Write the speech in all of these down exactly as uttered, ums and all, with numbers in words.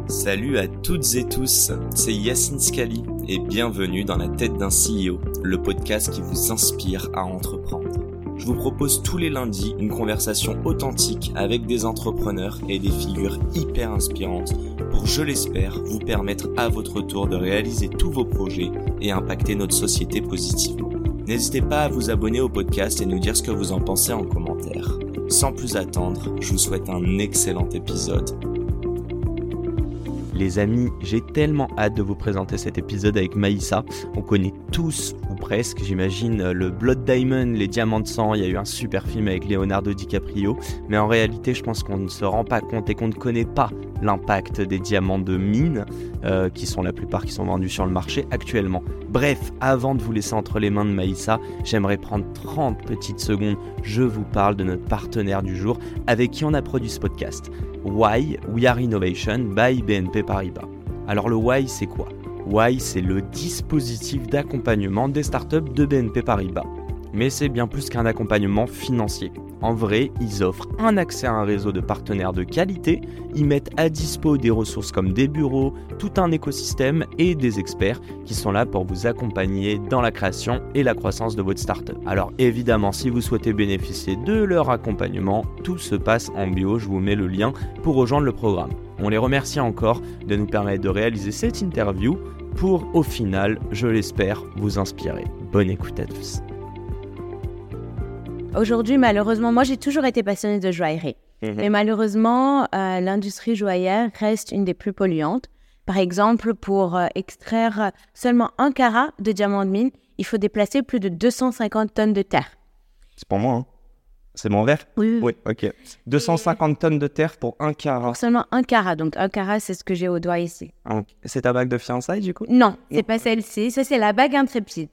Salut à toutes et tous, c'est Yacine Scali et bienvenue dans La Tête d'un C E O, le podcast qui vous inspire à entreprendre. Je vous propose tous les lundis une conversation authentique avec des entrepreneurs et des figures hyper inspirantes pour, je l'espère, vous permettre à votre tour de réaliser tous vos projets et impacter notre société positivement. N'hésitez pas à vous abonner au podcast et nous dire ce que vous en pensez en commentaire. Sans plus attendre, je vous souhaite un excellent épisode. Les amis, j'ai tellement hâte de vous présenter cet épisode avec Maïssa. On connaît tous, ou presque, j'imagine, le Blood Diamond, les diamants de sang. Il y a eu un super film avec Leonardo DiCaprio. Mais en réalité, je pense qu'on ne se rend pas compte et qu'on ne connaît pas l'impact des diamants de mine, euh, qui sont la plupart qui sont vendus sur le marché actuellement. Bref, avant de vous laisser entre les mains de Maïssa, j'aimerais prendre trente petites secondes. Je vous parle de notre partenaire du jour, avec qui on a produit ce podcast. Why We Are Innovation by B N P Paribas. Alors le Why, c'est quoi ? Why, c'est le dispositif d'accompagnement des startups de B N P Paribas. Mais c'est bien plus qu'un accompagnement financier. En vrai, ils offrent un accès à un réseau de partenaires de qualité, ils mettent à dispo des ressources comme des bureaux, tout un écosystème et des experts qui sont là pour vous accompagner dans la création et la croissance de votre startup. Alors évidemment, si vous souhaitez bénéficier de leur accompagnement, tout se passe en bio, je vous mets le lien pour rejoindre le programme. On les remercie encore de nous permettre de réaliser cette interview pour, au final, je l'espère, vous inspirer. Bonne écoute à tous. Aujourd'hui, malheureusement, moi j'ai toujours été passionnée de joaillerie. Mmh. Mais malheureusement, euh, l'industrie joaillère reste une des plus polluantes. Par exemple, pour euh, extraire seulement un carat de diamant de mine, il faut déplacer plus de deux cent cinquante tonnes de terre. C'est pour moi, hein. C'est mon verre ? Oui. Oui, ok. deux cent cinquante Et... tonnes de terre pour un carat. Pour seulement un carat. Donc un carat, c'est ce que j'ai au doigt ici. C'est ta bague de fiançailles, du coup ? Non, c'est non. pas celle-ci. Ça, c'est la bague intrépide.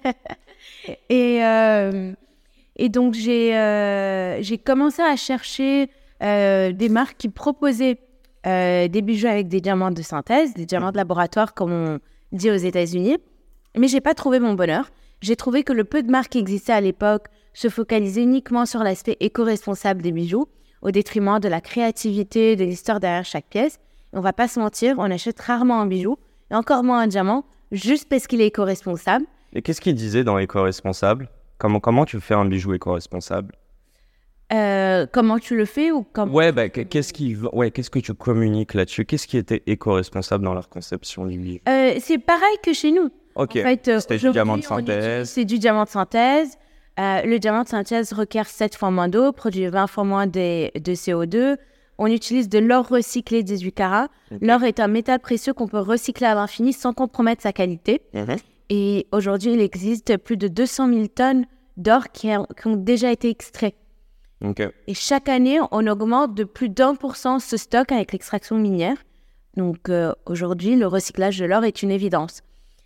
Et... Euh... Et donc, j'ai, euh, j'ai commencé à chercher euh, des marques qui proposaient euh, des bijoux avec des diamants de synthèse, des diamants de laboratoire, comme on dit aux États-Unis. Mais je n'ai pas trouvé mon bonheur. J'ai trouvé que le peu de marques qui existaient à l'époque se focalisaient uniquement sur l'aspect éco-responsable des bijoux, au détriment de la créativité, de l'histoire derrière chaque pièce. Et on ne va pas se mentir, on achète rarement un bijou, et encore moins un diamant, juste parce qu'il est éco-responsable. Et qu'est-ce qu'ils disaient dans éco-responsable ? Comment, comment tu fais un bijou éco-responsable ? euh, Comment tu le fais ou comment... Ouais, bah, qu'est-ce, qui, ouais, qu'est-ce que tu communiques là-dessus ? Qu'est-ce qui était éco-responsable dans leur conception du bijou ? euh, C'est pareil que chez nous. Ok, en fait, euh, c'était du diamant de synthèse. C'est du diamant de synthèse. Euh, le diamant de synthèse requiert sept fois moins d'eau, produit vingt fois moins de, de C O deux. On utilise de l'or recyclé dix-huit carats. Okay. L'or est un métal précieux qu'on peut recycler à l'infini sans compromettre sa qualité. Mm-hmm. Et aujourd'hui, il existe plus de deux cent mille tonnes d'or qui, a, qui ont déjà été extraits. Okay. Et chaque année, on augmente de plus d'un pour cent ce stock avec l'extraction minière. Donc euh, aujourd'hui, le recyclage de l'or est une évidence.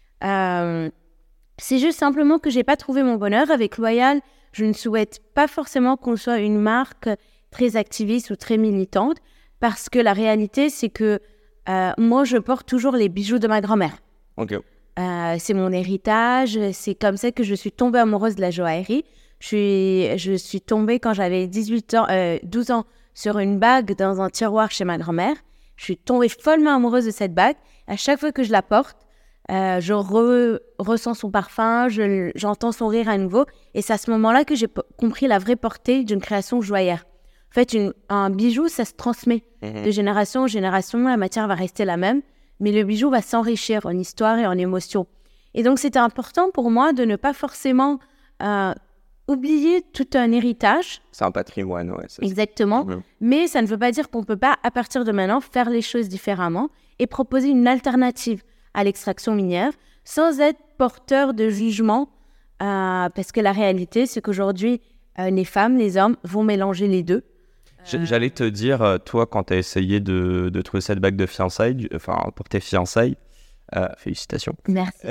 Euh, c'est juste simplement que je n'ai pas trouvé mon bonheur. Avec Loyal, je ne souhaite pas forcément qu'on soit une marque très activiste ou très militante, parce que la réalité, c'est que euh, moi, je porte toujours les bijoux de ma grand-mère. Ok. Euh, c'est mon héritage, c'est comme ça que je suis tombée amoureuse de la joaillerie. Je suis, je suis tombée quand j'avais dix-huit ans, euh, douze ans sur une bague dans un tiroir chez ma grand-mère. Je suis tombée follement amoureuse de cette bague. À chaque fois que je la porte, euh, je re, ressens son parfum, je, j'entends son rire à nouveau. Et c'est à ce moment-là que j'ai p- compris la vraie portée d'une création joaillère. En fait, une, un bijou, ça se transmet mmh. de génération en génération. La matière va rester la même. Mais le bijou va s'enrichir en histoire et en émotion. Et donc, c'était important pour moi de ne pas forcément euh, oublier tout un héritage. C'est un patrimoine, ouais. C'est Exactement. Mmh. Mais ça ne veut pas dire qu'on ne peut pas, à partir de maintenant, faire les choses différemment et proposer une alternative à l'extraction minière sans être porteur de jugement. Euh, parce que la réalité, c'est qu'aujourd'hui, euh, les femmes, les hommes vont mélanger les deux. J'allais te dire, toi, quand tu as essayé de, de trouver cette bague de fiançailles, enfin, pour tes fiançailles, euh, félicitations. Merci.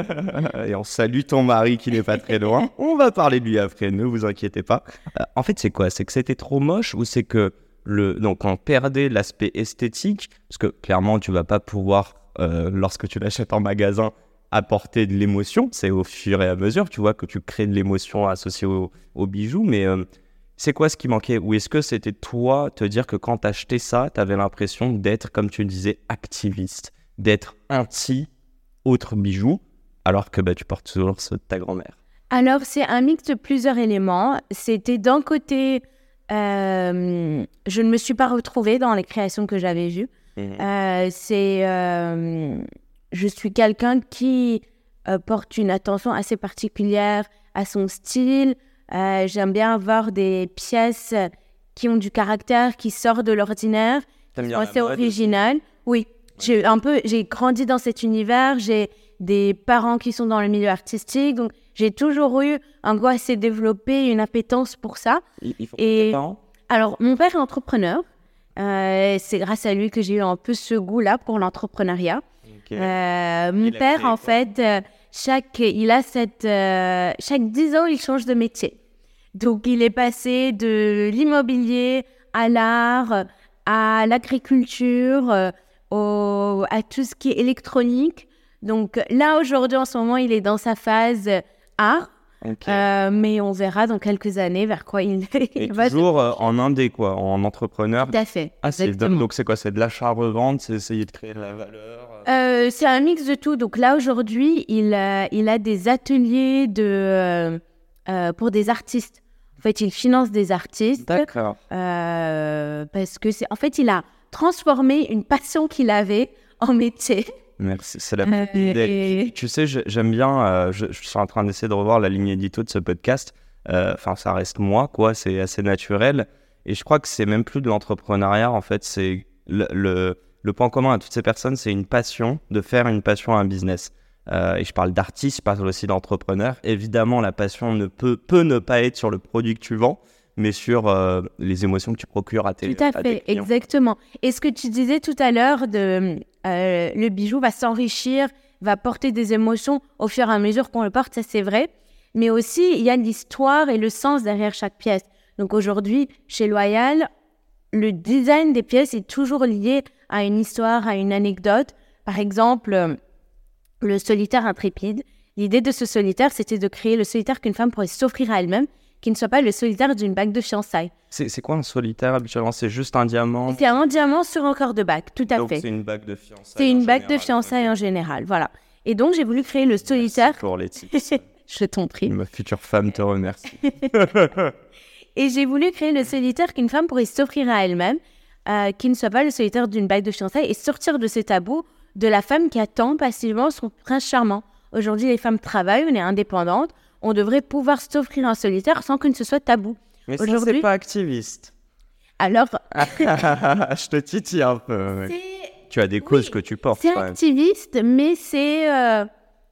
Et on salue ton mari qui n'est pas très loin. On va parler de lui après, ne vous inquiétez pas. Euh, en fait, c'est quoi ? C'est que c'était trop moche ou c'est que le, donc, on perdait l'aspect esthétique ? Parce que clairement, tu ne vas pas pouvoir, euh, lorsque tu l'achètes en magasin, apporter de l'émotion. C'est au fur et à mesure, tu vois, que tu crées de l'émotion associée au, au bijou. Mais... Euh, c'est quoi ce qui manquait? Ou est-ce que c'était toi te dire que quand t'achetais ça, t'avais l'impression d'être, comme tu le disais, activiste, d'être anti autre bijou, alors que bah, tu portes toujours ceux de ta grand-mère? Alors, c'est un mix de plusieurs éléments. C'était d'un côté, euh, je ne me suis pas retrouvée dans les créations que j'avais vues. Mmh. Euh, c'est, euh, je suis quelqu'un qui euh, porte une attention assez particulière à son style. Euh, j'aime bien avoir des pièces qui ont du caractère, qui sortent de l'ordinaire, qui sont assez originales. Oui, j'ai un peu, j'ai grandi dans cet univers. J'ai des parents qui sont dans le milieu artistique, donc j'ai toujours eu un goût assez développé, une appétence pour ça. Ils font Et tes parents? Alors, mon père est entrepreneur. Euh, c'est grâce à lui que j'ai eu un peu ce goût-là pour l'entrepreneuriat. Okay. Euh, mon il père, en fait, euh, chaque, il a cette, euh, chaque dix ans, il change de métier. Donc, il est passé de l'immobilier à l'art, à l'agriculture, euh, au, à tout ce qui est électronique. Donc là, aujourd'hui, en ce moment, il est dans sa phase art. Okay. Euh, mais on verra dans quelques années vers quoi il, il Et va. Toujours euh, en indé, quoi, en entrepreneur. Tout à fait. Ah, c'est, donc c'est quoi? C'est de l'achat-revente? C'est essayer de créer de la valeur? euh, C'est un mix de tout. Donc là, aujourd'hui, il a, il a des ateliers de, euh, euh, pour des artistes. En fait, il finance des artistes. D'accord. Euh, parce que c'est, en fait, il a transformé une passion qu'il avait en métier. Merci, c'est la euh, et... Tu sais, je, j'aime bien, euh, je, je suis en train d'essayer de revoir la ligne édito de ce podcast. Enfin, euh, ça reste moi, quoi, c'est assez naturel. Et je crois que c'est même plus de l'entrepreneuriat, en fait. C'est le, le, le point commun à toutes ces personnes, c'est une passion, de faire une passion à un business. Euh, et je parle d'artiste, je parle aussi d'entrepreneur. Évidemment, la passion ne peut, peut ne pas être sur le produit que tu vends, mais sur euh, les émotions que tu procures à tes clients. Tout à fait, exactement. Et ce que tu disais tout à l'heure, de, euh, le bijou va s'enrichir, va porter des émotions au fur et à mesure qu'on le porte, ça c'est vrai. Mais aussi, il y a l'histoire et le sens derrière chaque pièce. Donc aujourd'hui, chez Loyal, le design des pièces est toujours lié à une histoire, à une anecdote. Par exemple, le solitaire intrépide. L'idée de ce solitaire, c'était de créer le solitaire qu'une femme pourrait s'offrir à elle-même, qui ne soit pas le solitaire d'une bague de fiançailles. C'est, c'est quoi un solitaire habituellement? C'est juste un diamant? C'est un diamant sur un corps de bague, tout à donc fait. Donc c'est une bague de fiançailles. C'est une bague général, de fiançailles okay. en général, voilà. Et donc j'ai voulu créer le solitaire. Merci pour les tips. Je t'en prie. Ma future femme te remercie. Et j'ai voulu créer le solitaire qu'une femme pourrait s'offrir à elle-même, euh, qui ne soit pas le solitaire d'une bague de fiançailles, et sortir de ce tabou de la femme qui attend passivement son prince charmant. Aujourd'hui, les femmes travaillent, on est indépendantes. On devrait pouvoir s'offrir un solitaire sans que ce soit tabou. Mais ça, c'est pas activiste. Alors... Je te titille un peu. C'est... Tu as des causes oui, que tu portes. C'est activiste, mais c'est... Euh...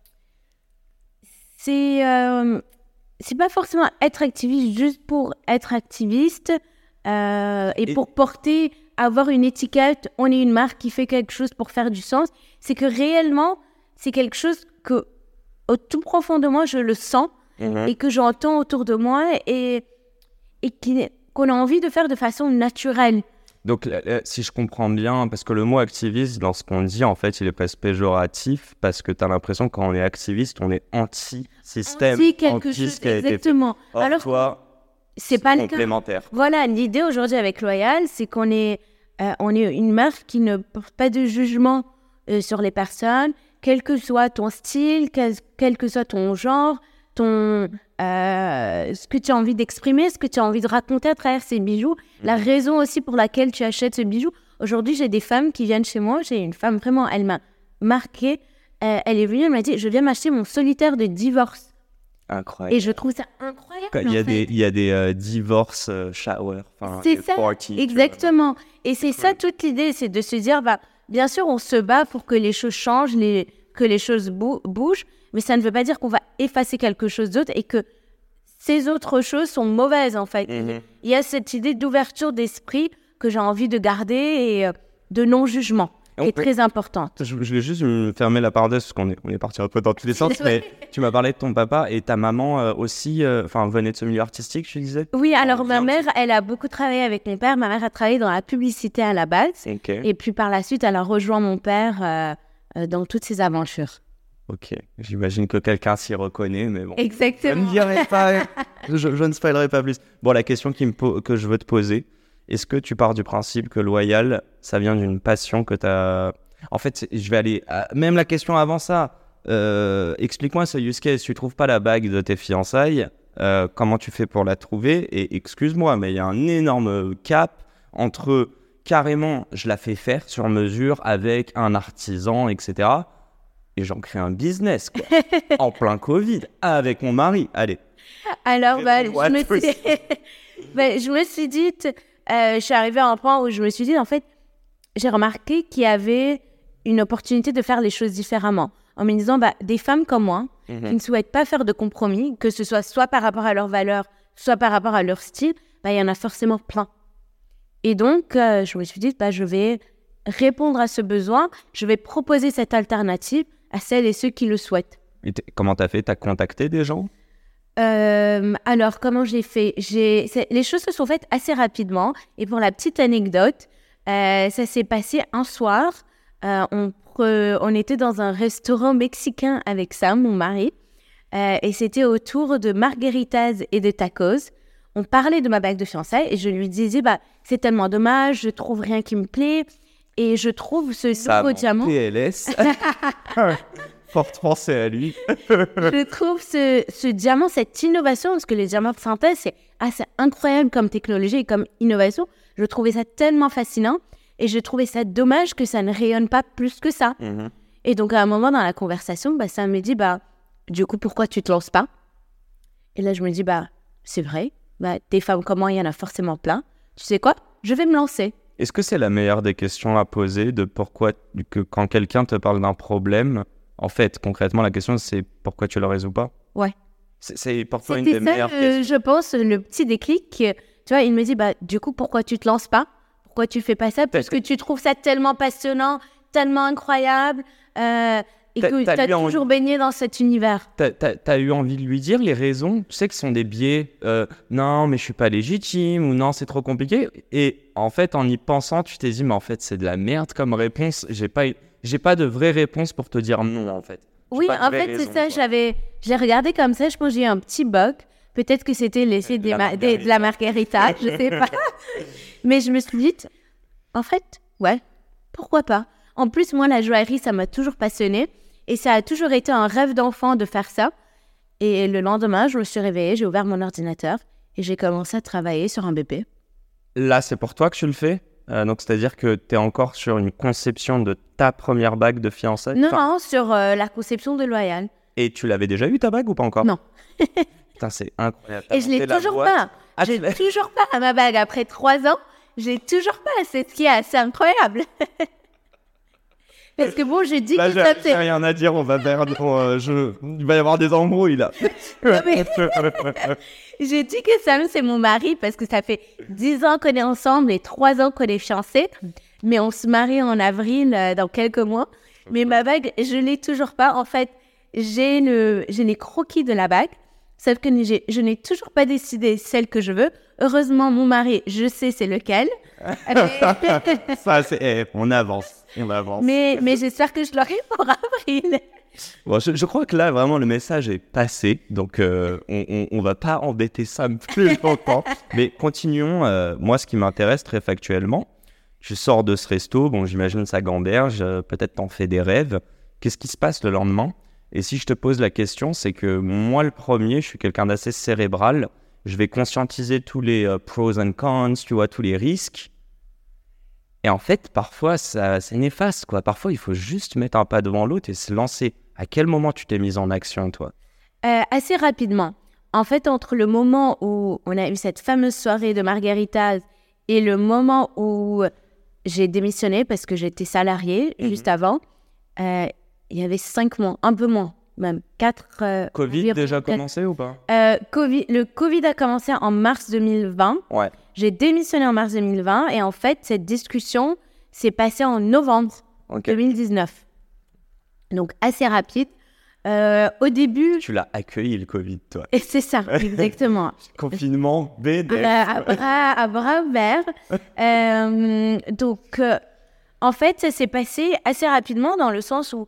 C'est... Euh... C'est pas forcément être activiste juste pour être activiste euh, et, et pour porter, avoir une étiquette, on est une marque qui fait quelque chose pour faire du sens. C'est que réellement, c'est quelque chose que, au tout profond de moi, je le sens. Mmh. Et que j'entends autour de moi et, et qui, qu'on a envie de faire de façon naturelle. Donc, euh, si je comprends bien, parce que le mot activiste, dans ce qu'on dit, en fait, il est presque péjoratif, parce que tu as l'impression que quand on est activiste, on est anti-système, anti quelque anti chose, ce qui a exactement. Été fait. Or, alors toi, c'est, c'est pas complémentaire. Le cas. Voilà, l'idée aujourd'hui avec Loyal, c'est qu'on est, euh, on est une marque qui ne porte pas de jugement euh, sur les personnes, quel que soit ton style, quel, quel que soit ton genre, ton, euh, ce que tu as envie d'exprimer, ce que tu as envie de raconter à travers ces bijoux, mmh. la raison aussi pour laquelle tu achètes ce bijou. Aujourd'hui, j'ai des femmes qui viennent chez moi. J'ai une femme, vraiment, elle m'a marquée. Euh, elle est venue, elle m'a dit, je viens m'acheter mon solitaire de divorce. Incroyable. Et je trouve ça incroyable. Il y a en des, fait. il y a des euh, divorce euh, shower. C'est ça, party, exactement. Et c'est ça toute l'idée, c'est de se dire, bah, bien sûr, on se bat pour que les choses changent, les, que les choses bou- bougent, mais ça ne veut pas dire qu'on va effacer quelque chose d'autre et que ces autres choses sont mauvaises, en fait. Mm-hmm. Il y a cette idée d'ouverture d'esprit que j'ai envie de garder et euh, de non-jugement, qui est très importante. Je, je vais juste me fermer la parenthèse, parce qu'on est, on est parti un peu dans tous les sens, mais tu m'as parlé de ton papa et ta maman euh, aussi, enfin, euh, venait de ce milieu artistique, je disais? Oui, alors ma mère, elle a beaucoup travaillé avec mon père. Ma mère a travaillé dans la publicité à la base. Okay. Et puis par la suite, elle a rejoint mon père euh, euh, dans toutes ses aventures. Ok, j'imagine que quelqu'un s'y reconnaît, mais bon. Exactement. Je ne dirai pas, je, je ne spoilerai pas plus. Bon, la question qui me po- que je veux te poser, est-ce que tu pars du principe que loyal, ça vient d'une passion que tu as... En fait, je vais aller... à... Même la question avant ça, euh, explique-moi ce use case. Tu trouves pas la bague de tes fiançailles, euh, comment tu fais pour la trouver? Et excuse-moi, mais il y a un énorme cap entre carrément, je la fais faire sur mesure avec un artisan, et cetera. Et j'en crée un business, quoi. En plein Covid, avec mon mari. Allez. Alors, bah, je, What me suis... bah, je me suis dit, euh, je suis arrivée à un point où je me suis dit, en fait, j'ai remarqué qu'il y avait une opportunité de faire les choses différemment. En me disant, bah, des femmes comme moi, mm-hmm. qui ne souhaitent pas faire de compromis, que ce soit soit par rapport à leurs valeurs, soit par rapport à leur style, bah, il y en a forcément plein. Et donc, euh, je me suis dit, bah, je vais répondre à ce besoin, je vais proposer cette alternative à celles et ceux qui le souhaitent. Et comment t'as fait? T'as contacté des gens? euh, Alors, comment j'ai fait? j'ai... Les choses se sont faites assez rapidement. Et pour la petite anecdote, euh, ça s'est passé un soir. Euh, on, pre... on était dans un restaurant mexicain avec Sam, mon mari. Euh, et c'était autour de margaritas et de tacos. On parlait de ma bague de fiançailles et je lui disais, bah, c'est tellement dommage, je trouve rien qui me plaît. Et je trouve ce Ça nouveau diamant... P L S. Fort français à lui. Je trouve ce, ce diamant, cette innovation, parce que les diamants de synthèse, c'est assez incroyable comme technologie et comme innovation. Je trouvais ça tellement fascinant et je trouvais ça dommage que ça ne rayonne pas plus que ça. Mm-hmm. Et donc, à un moment dans la conversation, bah, ça me dit, bah, du coup, pourquoi tu te lances pas? Et là, je me dis, bah, c'est vrai. Bah, des femmes comme moi, il y en a forcément plein. Tu sais quoi? Je vais me lancer. Est-ce que c'est la meilleure des questions à poser de pourquoi, que quand quelqu'un te parle d'un problème, en fait, concrètement, la question, c'est pourquoi tu le résous pas? Ouais. C'est, c'est pour toi une C'était des ça, meilleures euh, questions. je pense, le petit déclic. Tu vois, il me dit, bah, du coup, pourquoi tu te lances pas? Pourquoi tu fais pas ça? Parce que tu trouves ça tellement passionnant, tellement incroyable, euh, et T'as- que t'as tu as lui toujours envie- baigné dans cet univers. T'as, t'as- t'as eu envie de lui dire les raisons? Tu sais que ce sont des biais. euh, non, mais je suis pas légitime, ou non, c'est trop compliqué. Et en fait, en y pensant, tu t'es dit, mais en fait, c'est de la merde comme réponse. J'ai pas, j'ai pas de vraie réponse pour te dire non, en fait. J'ai Oui, pas de en vraie fait, raison, c'est ça. quoi. J'avais, j'ai regardé comme ça. Je pense que j'ai eu un petit bug. Peut-être que c'était l'effet des La ma- des- de la margarita, je sais pas. Mais je me suis dit, en fait, ouais, pourquoi pas? En plus, moi, la joaillerie, ça m'a toujours passionnée. Et ça a toujours été un rêve d'enfant de faire ça. Et le lendemain, je me suis réveillée, j'ai ouvert mon ordinateur et j'ai commencé à travailler sur un bébé. Là, c'est pour toi que tu le fais? Euh, donc, c'est-à-dire que tu es encore sur une conception de ta première bague de fiançailles? Non, Enfin, non, sur euh, la conception de Loyal. et tu l'avais déjà eu ta bague ou pas encore? Non. Putain, c'est incroyable. T'as Et je l'ai monté la toujours boîte. pas. Ah, J'ai tu l'as- toujours pas ma bague après trois ans. J'ai toujours pas. C'est ce qui est assez incroyable. Parce que bon, je dis Là, que j'ai, ça j'ai fait... rien à dire, on va perdre. euh, je... Il va y avoir des embrouilles là. Non, mais- J'ai dit que Sam, c'est mon mari parce que ça fait dix ans qu'on est ensemble et trois ans qu'on est fiancés. Mais on se marie en avril, euh, dans quelques mois. Mais ma bague, je l'ai toujours pas. En fait, j'ai, le, j'ai les croquis de la bague. Sauf que j'ai, je n'ai toujours pas décidé celle que je veux. Heureusement, mon mari, je sais c'est lequel. Ça, c'est. Eh, on avance. On avance. mais, mais j'espère que je l'aurai pour avril. Bon, je, je crois que là, vraiment, le message est passé. Donc, euh, on, on, on va pas embêter Sam plus longtemps. Mais continuons. euh, moi, ce qui m'intéresse très factuellement, tu sors de ce resto. Bon, j'imagine ça gamberge. euh, peut-être t'en fais des rêves. Qu'est-ce qui se passe le lendemain? Et si je te pose la question, c'est que moi, le premier, je suis quelqu'un d'assez cérébral. Je vais conscientiser tous les euh, pros and cons, tu vois, tous les risques. Et en fait, parfois, ça, c'est néfaste, quoi. Parfois, il faut juste mettre un pas devant l'autre et se lancer. À quel moment tu t'es mise en action, toi? Euh, assez rapidement. En fait, entre le moment où on a eu cette fameuse soirée de margaritas et le moment où j'ai démissionné parce que j'étais salariée mm-hmm. juste avant, euh, il y avait cinq mois, un peu moins, même quatre. Euh, Covid environ, déjà quatre... commencé ou pas? euh, COVID, Le Covid a commencé en mars deux mille vingt. Ouais. J'ai démissionné en mars deux mille vingt et en fait, cette discussion s'est passée en novembre okay. deux mille dix-neuf. Donc, assez rapide. Euh, au début... Tu l'as accueilli, le Covid, toi. Et c'est ça, exactement. Confinement, B D F. À, à, bras, à bras ouverts. euh, donc, euh, en fait, ça s'est passé assez rapidement dans le sens où,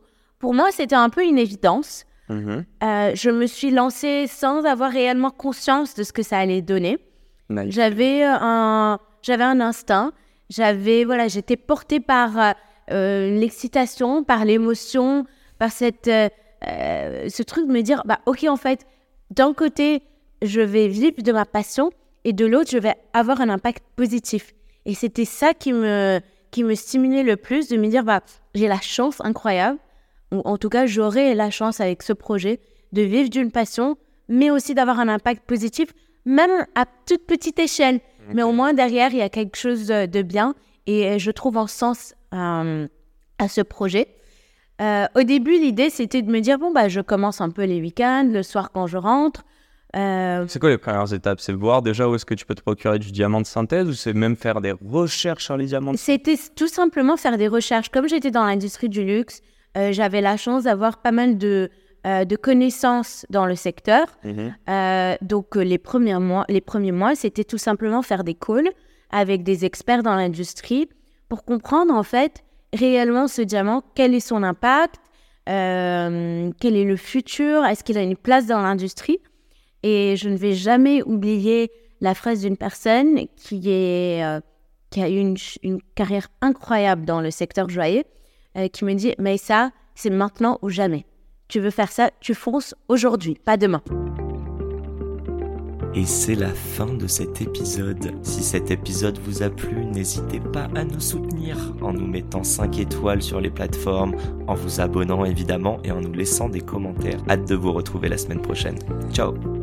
pour moi, c'était un peu une évidence. Mmh. Euh, je me suis lancée sans avoir réellement conscience de ce que ça allait donner. Nice. J'avais un, j'avais un instinct. J'avais, voilà, j'étais portée par euh, l'excitation, par l'émotion, par cette, euh, euh, ce truc de me dire, bah, ok, en fait, d'un côté, je vais vivre de ma passion et de l'autre, je vais avoir un impact positif. Et c'était ça qui me, qui me stimulait le plus, de me dire, bah, j'ai la chance incroyable, ou en tout cas, j'aurai la chance avec ce projet de vivre d'une passion, mais aussi d'avoir un impact positif, même à toute petite échelle. Okay. Mais au moins, derrière, il y a quelque chose de bien et je trouve un sens euh, à ce projet. Euh, au début, l'idée, c'était de me dire, bon, bah, je commence un peu les week-ends, le soir quand je rentre. Euh... C'est quoi les premières étapes? C'est voir déjà où est-ce que tu peux te procurer du diamant de synthèse ou c'est même faire des recherches sur les diamants de synthèse? C'était tout simplement faire des recherches. Comme j'étais dans l'industrie du luxe, euh, j'avais la chance d'avoir pas mal de, euh, de connaissances dans le secteur. Mmh. Euh, donc, euh, les, premiers mois, les premiers mois, c'était tout simplement faire des calls avec des experts dans l'industrie pour comprendre, en fait, réellement ce diamant, quel est son impact, euh, quel est le futur, est-ce qu'il a une place dans l'industrie. Et je ne vais jamais oublier la phrase d'une personne qui, est, euh, qui a eu une, une carrière incroyable dans le secteur joaillier, euh, qui me dit « Mais ça, c'est maintenant ou jamais. Tu veux faire ça, tu fonces aujourd'hui, pas demain. » Et c'est la fin de cet épisode. Si cet épisode vous a plu, n'hésitez pas à nous soutenir en nous mettant cinq étoiles sur les plateformes, en vous abonnant évidemment et en nous laissant des commentaires. Hâte de vous retrouver la semaine prochaine. Ciao!